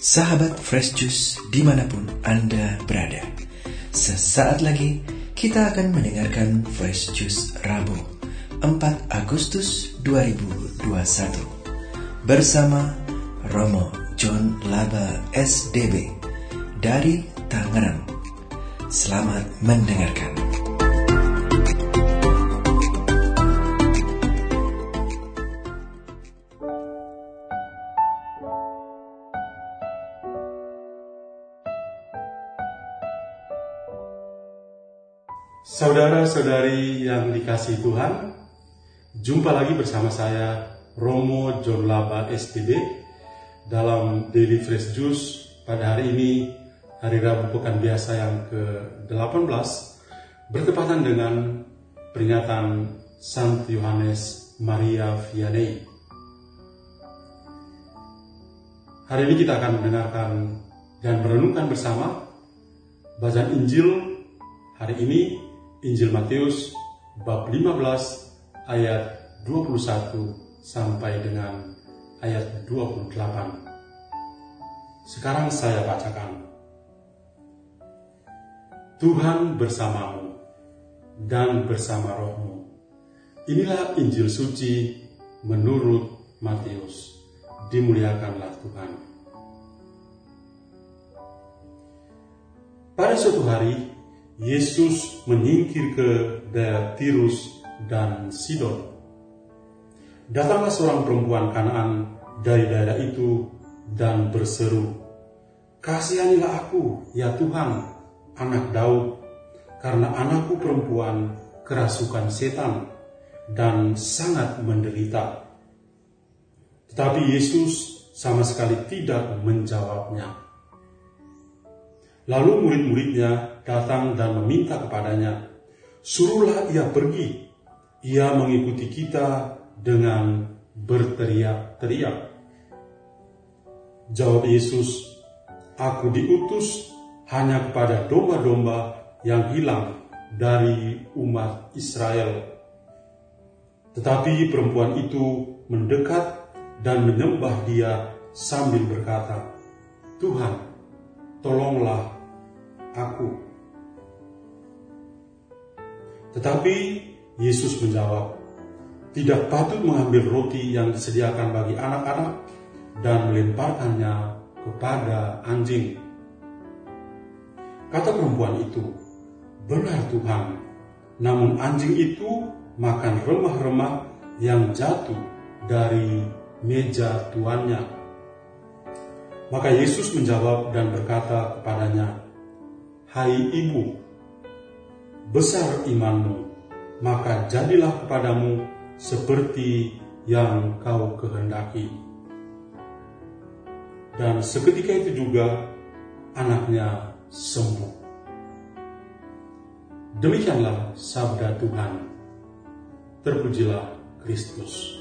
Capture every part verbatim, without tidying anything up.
Sahabat Fresh Juice dimanapun Anda berada, sesaat lagi kita akan mendengarkan Fresh Juice Rabu empat Agustus dua ribu dua puluh satu bersama Romo John Laba S D B dari Tangerang. Selamat mendengarkan. Saudara-saudari yang dikasihi Tuhan, jumpa lagi bersama saya Romo John Laba S D B dalam Daily Fresh Juice pada hari ini, hari Rabu Pekan Biasa yang ke delapan belas, bertepatan dengan peringatan Santo Yohanes Maria Vianney. Hari ini kita akan mendengarkan dan merenungkan bersama bacaan Injil hari ini, Injil Matius bab lima belas ayat dua puluh satu sampai dengan ayat dua puluh delapan. Sekarang saya bacakan. Tuhan bersamamu dan bersama rohmu. Inilah Injil suci menurut Matius. Dimuliakanlah Tuhan. Pada suatu hari, Yesus menyingkir ke daerah Tirus dan Sidon. Datanglah seorang perempuan Kanaan dari daerah itu dan berseru, "Kasihanilah aku, ya Tuhan, anak Daud, karena anakku perempuan kerasukan setan dan sangat menderita." Tetapi Yesus sama sekali tidak menjawabnya. Lalu murid-muridnya datang dan meminta kepadanya, "Suruhlah ia pergi, ia mengikuti kita dengan berteriak-teriak." Jawab Yesus, "Aku diutus hanya kepada domba-domba yang hilang dari umat Israel." Tetapi perempuan itu mendekat dan menyembah dia sambil berkata, "Tuhan, tolonglah aku." Tetapi Yesus menjawab, "Tidak patut mengambil roti yang disediakan bagi anak-anak dan melemparkannya kepada anjing." Kata perempuan itu, "Benar Tuhan, namun anjing itu makan remah-remah yang jatuh dari meja tuannya." Maka Yesus menjawab dan berkata kepadanya, "Hai ibu, besar imanmu, maka jadilah kepadamu seperti yang kau kehendaki." Dan seketika itu juga anaknya sembuh. Demikianlah sabda Tuhan. Terpujilah Kristus.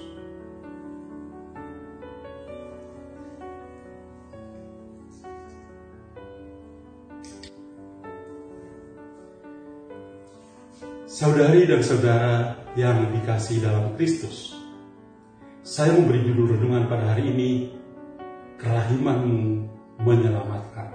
Saudari dan saudara yang dikasihi dalam Kristus, saya memberi judul renungan pada hari ini, "Kerahimanmu menyelamatkan."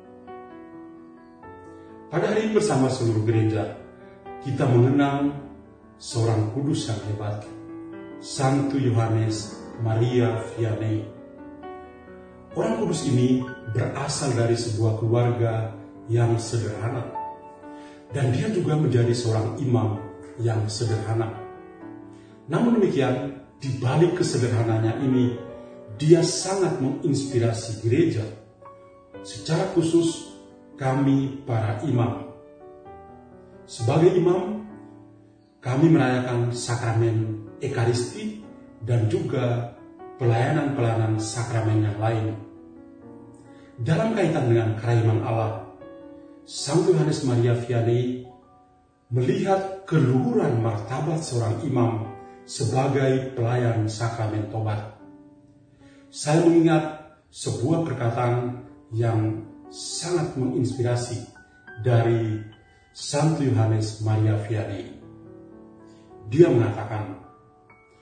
Pada hari ini bersama seluruh gereja, kita mengenang seorang kudus yang hebat, Santo Yohanes Maria Vianney. Orang kudus ini berasal dari sebuah keluarga yang sederhana, dan dia juga menjadi seorang imam yang sederhana. Namun demikian, di balik kesederhanaannya ini, dia sangat menginspirasi gereja, secara khusus kami para imam. Sebagai imam, kami merayakan sakramen Ekaristi dan juga pelayanan-pelayanan sakramen yang lain. Dalam kaitan dengan kerahiman Allah, Santo Yohanes Maria Vianney melihat keluhuran martabat seorang imam sebagai pelayan sakramen tobat. Saya mengingat sebuah perkataan yang sangat menginspirasi dari Santo Yohanes Maria Vianney. Dia mengatakan,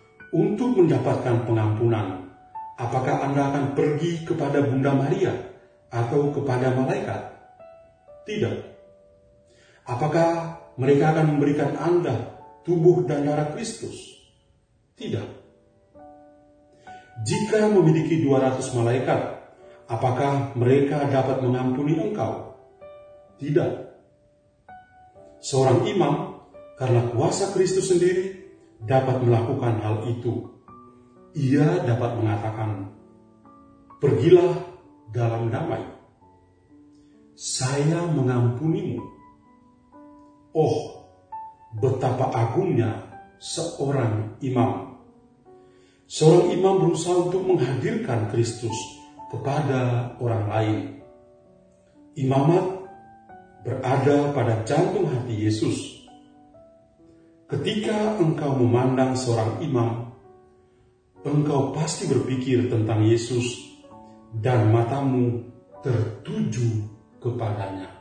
"Untuk mendapatkan pengampunan, apakah Anda akan pergi kepada Bunda Maria atau kepada malaikat? Tidak. Apakah mereka akan memberikan Anda tubuh dan darah Kristus? Tidak. Jika memiliki dua ratus malaikat, apakah mereka dapat mengampuni engkau? Tidak. Seorang imam, karena kuasa Kristus sendiri, dapat melakukan hal itu. Ia dapat mengatakan, pergilah dalam damai. Saya mengampunimu. Oh, betapa agungnya seorang imam. Seorang imam berusaha untuk menghadirkan Kristus kepada orang lain. Imamat berada pada jantung hati Yesus. Ketika engkau memandang seorang imam, engkau pasti berpikir tentang Yesus dan matamu tertuju kepadanya.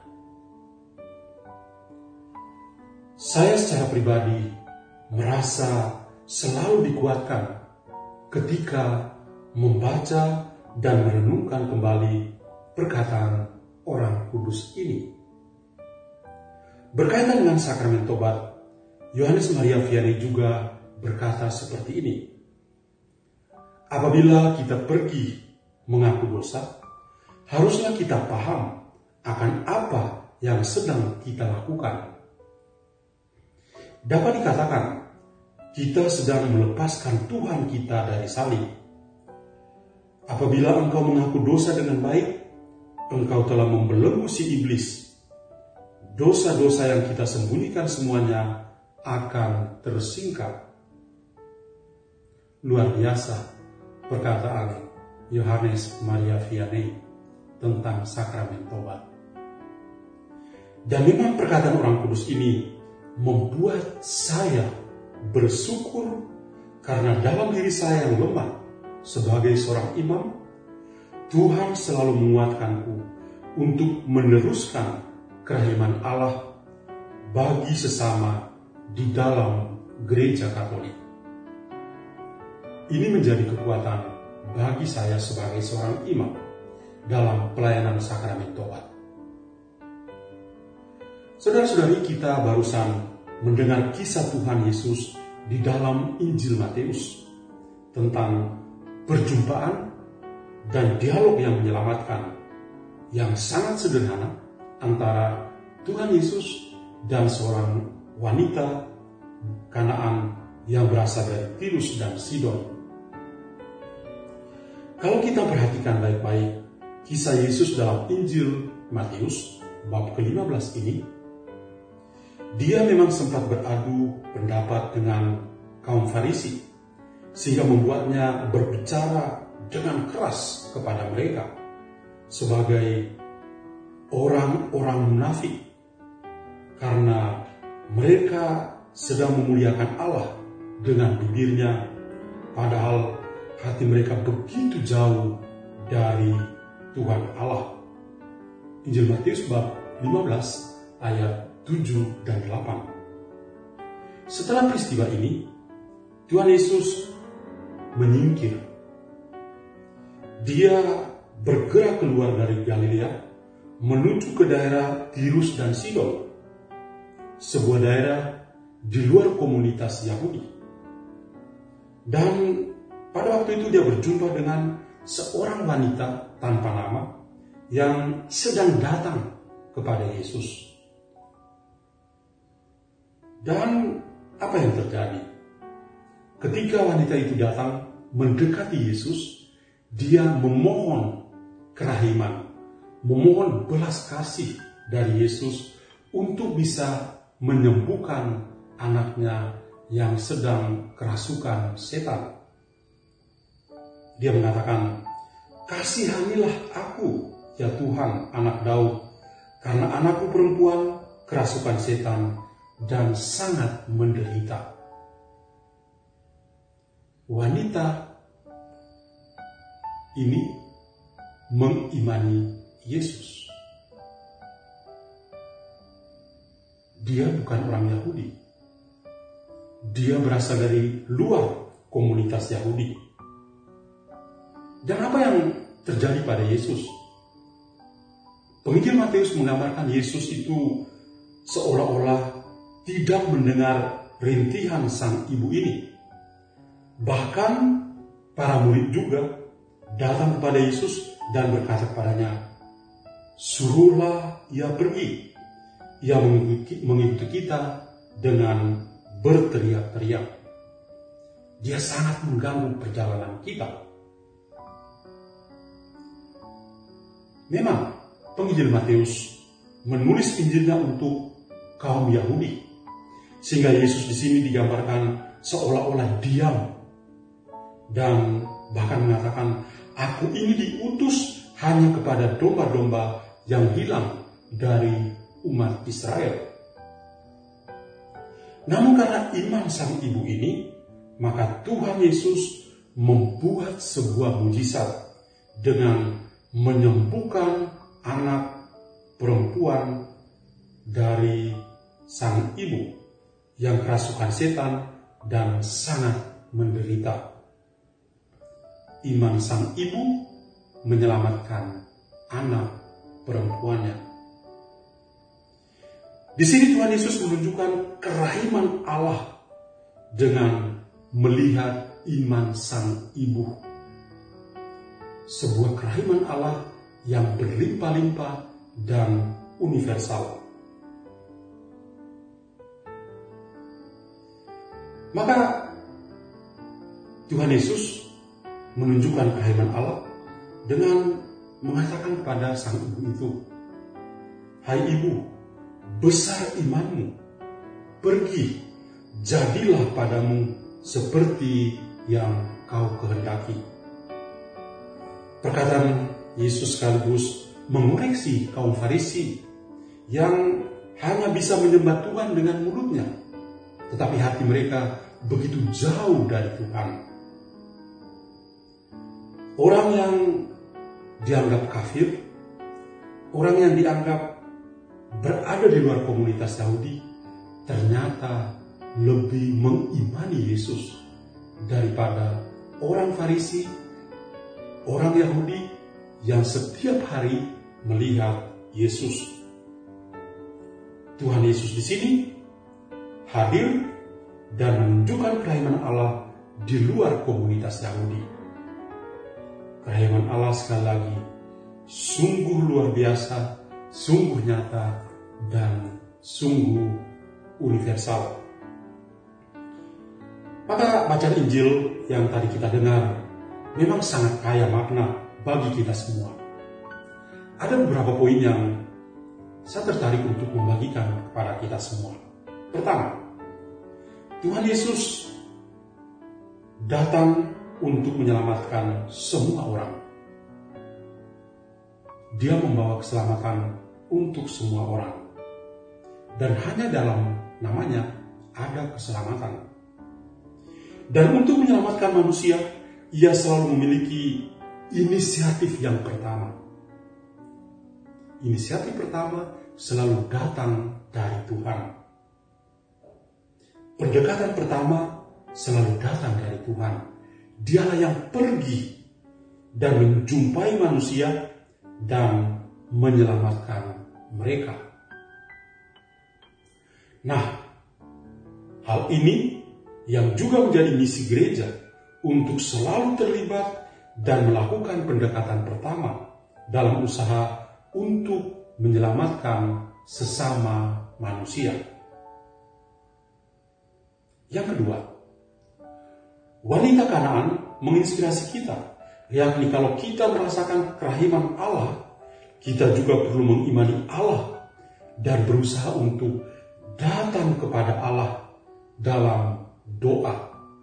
Saya secara pribadi merasa selalu dikuatkan ketika membaca dan merenungkan kembali perkataan orang kudus ini. Berkaitan dengan sakramen tobat, Yohanes Maria Vianney juga berkata seperti ini. Apabila kita pergi mengaku dosa, harusnya kita paham akan apa yang sedang kita lakukan. Dapat dikatakan, kita sedang melepaskan Tuhan kita dari salib. Apabila engkau mengaku dosa dengan baik, engkau telah membelenggu si iblis. Dosa-dosa yang kita sembunyikan semuanya akan tersingkap. Luar biasa perkataan Yohanes Maria Vianney tentang sakramen tobat. Dan memang perkataan orang kudus ini membuat saya bersyukur karena dalam diri saya yang lemah sebagai seorang imam, Tuhan selalu menguatkanku untuk meneruskan kerahiman Allah bagi sesama di dalam gereja Katolik. Ini menjadi kekuatan bagi saya sebagai seorang imam dalam pelayanan sakramen tobat. Saudara-saudari, kita barusan mendengar kisah Tuhan Yesus di dalam Injil Matius tentang perjumpaan dan dialog yang menyelamatkan yang sangat sederhana antara Tuhan Yesus dan seorang wanita Kanaan yang berasal dari Tirus dan Sidon. Kalau kita perhatikan baik-baik kisah Yesus dalam Injil Matius bab ke lima belas ini, dia memang sempat beradu pendapat dengan kaum Farisi, sehingga membuatnya berbicara dengan keras kepada mereka sebagai orang-orang munafik, karena mereka sedang memuliakan Allah dengan bibirnya, padahal hati mereka begitu jauh dari Tuhan Allah. Injil Matius bab lima belas ayat tujuh dan delapan. Setelah peristiwa ini, Tuhan Yesus menyingkir. Dia bergerak keluar dari Galilea menuju ke daerah Tirus dan Sidon, sebuah daerah di luar komunitas Yahudi. Dan pada waktu itu dia berjumpa dengan seorang wanita tanpa nama yang sedang datang kepada Yesus. Dan apa yang terjadi? Ketika wanita itu datang mendekati Yesus, dia memohon kerahiman, memohon belas kasih dari Yesus untuk bisa menyembuhkan anaknya yang sedang kerasukan setan. Dia mengatakan, "Kasihanilah aku, ya Tuhan, anak Daud, karena anakku perempuan kerasukan setan dan sangat menderita." Wanita ini mengimani Yesus. Dia bukan orang Yahudi. Dia berasal dari luar komunitas Yahudi. Dan apa yang terjadi pada Yesus? Matius menggambarkan Yesus itu seolah-olah tidak mendengar rintihan sang ibu ini. Bahkan para murid juga datang kepada Yesus dan berkata kepadanya, "Suruhlah ia pergi." Ia mengikuti, mengikuti kita dengan berteriak-teriak. Dia sangat mengganggu perjalanan kita. Memang penginjil Matius menulis Injilnya untuk kaum Yahudi, sehingga Yesus di sini digambarkan seolah-olah diam dan bahkan mengatakan, "Aku ini diutus hanya kepada domba-domba yang hilang dari umat Israel." Namun karena iman sang ibu ini, maka Tuhan Yesus membuat sebuah mujizat dengan menyembuhkan anak perempuan dari sang ibu yang kerasukan setan dan sangat menderita. Iman sang ibu menyelamatkan anak perempuannya. Di sini Tuhan Yesus menunjukkan kerahiman Allah dengan melihat iman sang ibu. Sebuah kerahiman Allah yang berlimpah-limpah dan universal. Maka Tuhan Yesus menunjukkan kerahiman Allah dengan mengatakan kepada sang ibu itu, "Hai ibu, besar imanmu, pergi, jadilah padamu seperti yang kau kehendaki." Perkataan Yesus sekaligus mengoreksi kaum Farisi yang hanya bisa menyembah Tuhan dengan mulutnya, tetapi hati mereka begitu jauh dari Tuhan. Orang yang dianggap kafir, orang yang dianggap berada di luar komunitas Yahudi, ternyata lebih mengimani Yesus daripada orang Farisi, orang Yahudi yang setiap hari melihat Yesus. Tuhan Yesus di sini hadir dan menunjukkan kerahiman Allah di luar komunitas Yahudi. Kerahiman Allah sekali lagi sungguh luar biasa, sungguh nyata, dan sungguh universal. Maka bacaan Injil yang tadi kita dengar memang sangat kaya makna bagi kita semua. Ada beberapa poin yang saya tertarik untuk membagikan kepada kita semua. Pertama, Tuhan Yesus datang untuk menyelamatkan semua orang. Dia membawa keselamatan untuk semua orang. Dan hanya dalam namanya ada keselamatan. Dan untuk menyelamatkan manusia, ia selalu memiliki inisiatif yang pertama. Inisiatif pertama selalu datang dari Tuhan. Pendekatan pertama selalu datang dari Tuhan. Dialah yang pergi dan menjumpai manusia dan menyelamatkan mereka. Nah, hal ini yang juga menjadi misi gereja untuk selalu terlibat dan melakukan pendekatan pertama dalam usaha untuk menyelamatkan sesama manusia. Yang kedua, wanita Kanaan menginspirasi kita, yakni kalau kita merasakan kerahiman Allah, kita juga perlu mengimani Allah dan berusaha untuk datang kepada Allah dalam doa.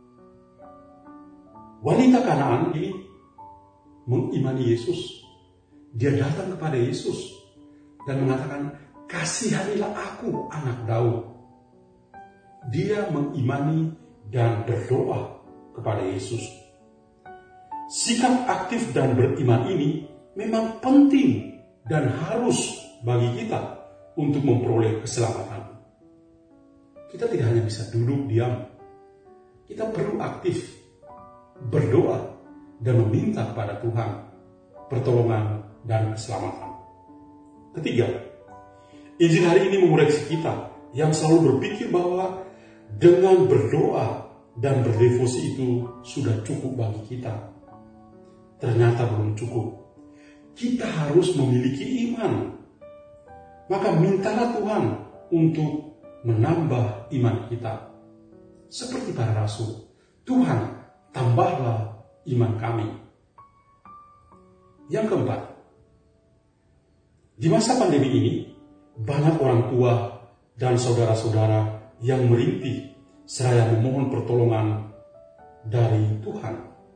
Wanita Kanaan ini mengimani Yesus. Dia datang kepada Yesus dan mengatakan, "Kasihanilah aku, anak Daud." Dia mengimani dan berdoa kepada Yesus. Sikap aktif dan beriman ini memang penting dan harus bagi kita untuk memperoleh keselamatan. Kita tidak hanya bisa duduk diam. Kita perlu aktif, berdoa, dan meminta kepada Tuhan pertolongan dan keselamatan. Ketiga, Injil hari ini mengoreksi kita yang selalu berpikir bahwa dengan berdoa dan berdevosi itu sudah cukup bagi kita. Ternyata belum cukup. Kita harus memiliki iman. Maka mintalah Tuhan untuk menambah iman kita. Seperti para rasul, Tuhan, tambahlah iman kami. Yang keempat, di masa pandemi ini, banyak orang tua dan saudara-saudara yang merintih seraya memohon pertolongan dari Tuhan.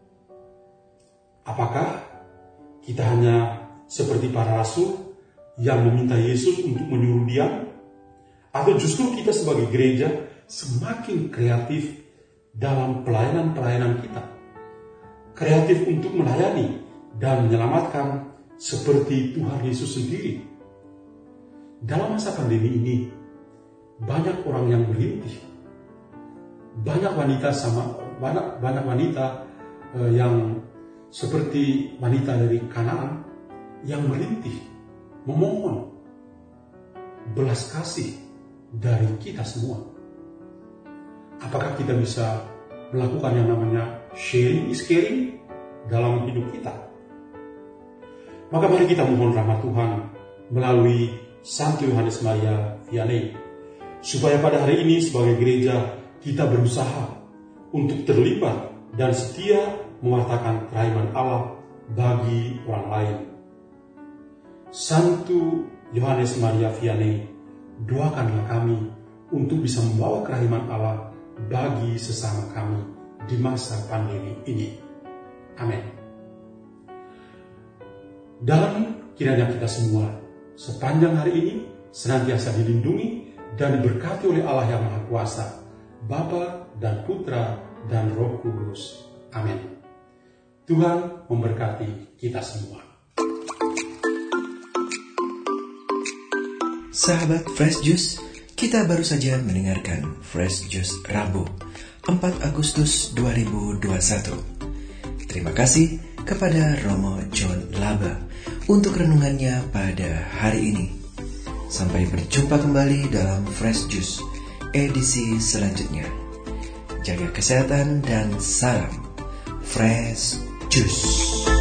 Apakah kita hanya seperti para rasul yang meminta Yesus untuk menyuruh diam? Atau justru kita sebagai gereja semakin kreatif dalam pelayanan-pelayanan kita? Kreatif untuk melayani dan menyelamatkan seperti Tuhan Yesus sendiri. Dalam masa pandemi ini, banyak orang yang merintih. Banyak wanita sama banyak banyak wanita eh, yang seperti wanita dari Kanaan yang merintih, memohon belas kasih dari kita semua. Apakah kita bisa melakukan yang namanya sharing is caring dalam hidup kita? Maka mari kita mohon rahmat Tuhan melalui Santo Yohanes Maria Vianney, supaya pada hari ini sebagai gereja kita berusaha untuk terlibat dan setia mewartakan kerajaan Allah bagi orang lain. Santo Yohanes Maria Vianney, doakanlah kami untuk bisa membawa kerajaan Allah bagi sesama kami di masa pandemi ini. Amin. Dan kiranya kita semua sepanjang hari ini senantiasa dilindungi dan diberkati oleh Allah yang Maha Kuasa, Bapa dan Putra dan Roh Kudus. Amin. Tuhan memberkati kita semua. Sahabat Fresh Juice, kita baru saja mendengarkan Fresh Juice Rabu, empat Agustus dua ribu dua puluh satu. Terima kasih kepada Romo John Laba untuk renungannya pada hari ini. Sampai berjumpa kembali dalam Fresh Juice edisi selanjutnya. Jaga kesehatan dan salam Fresh Juice.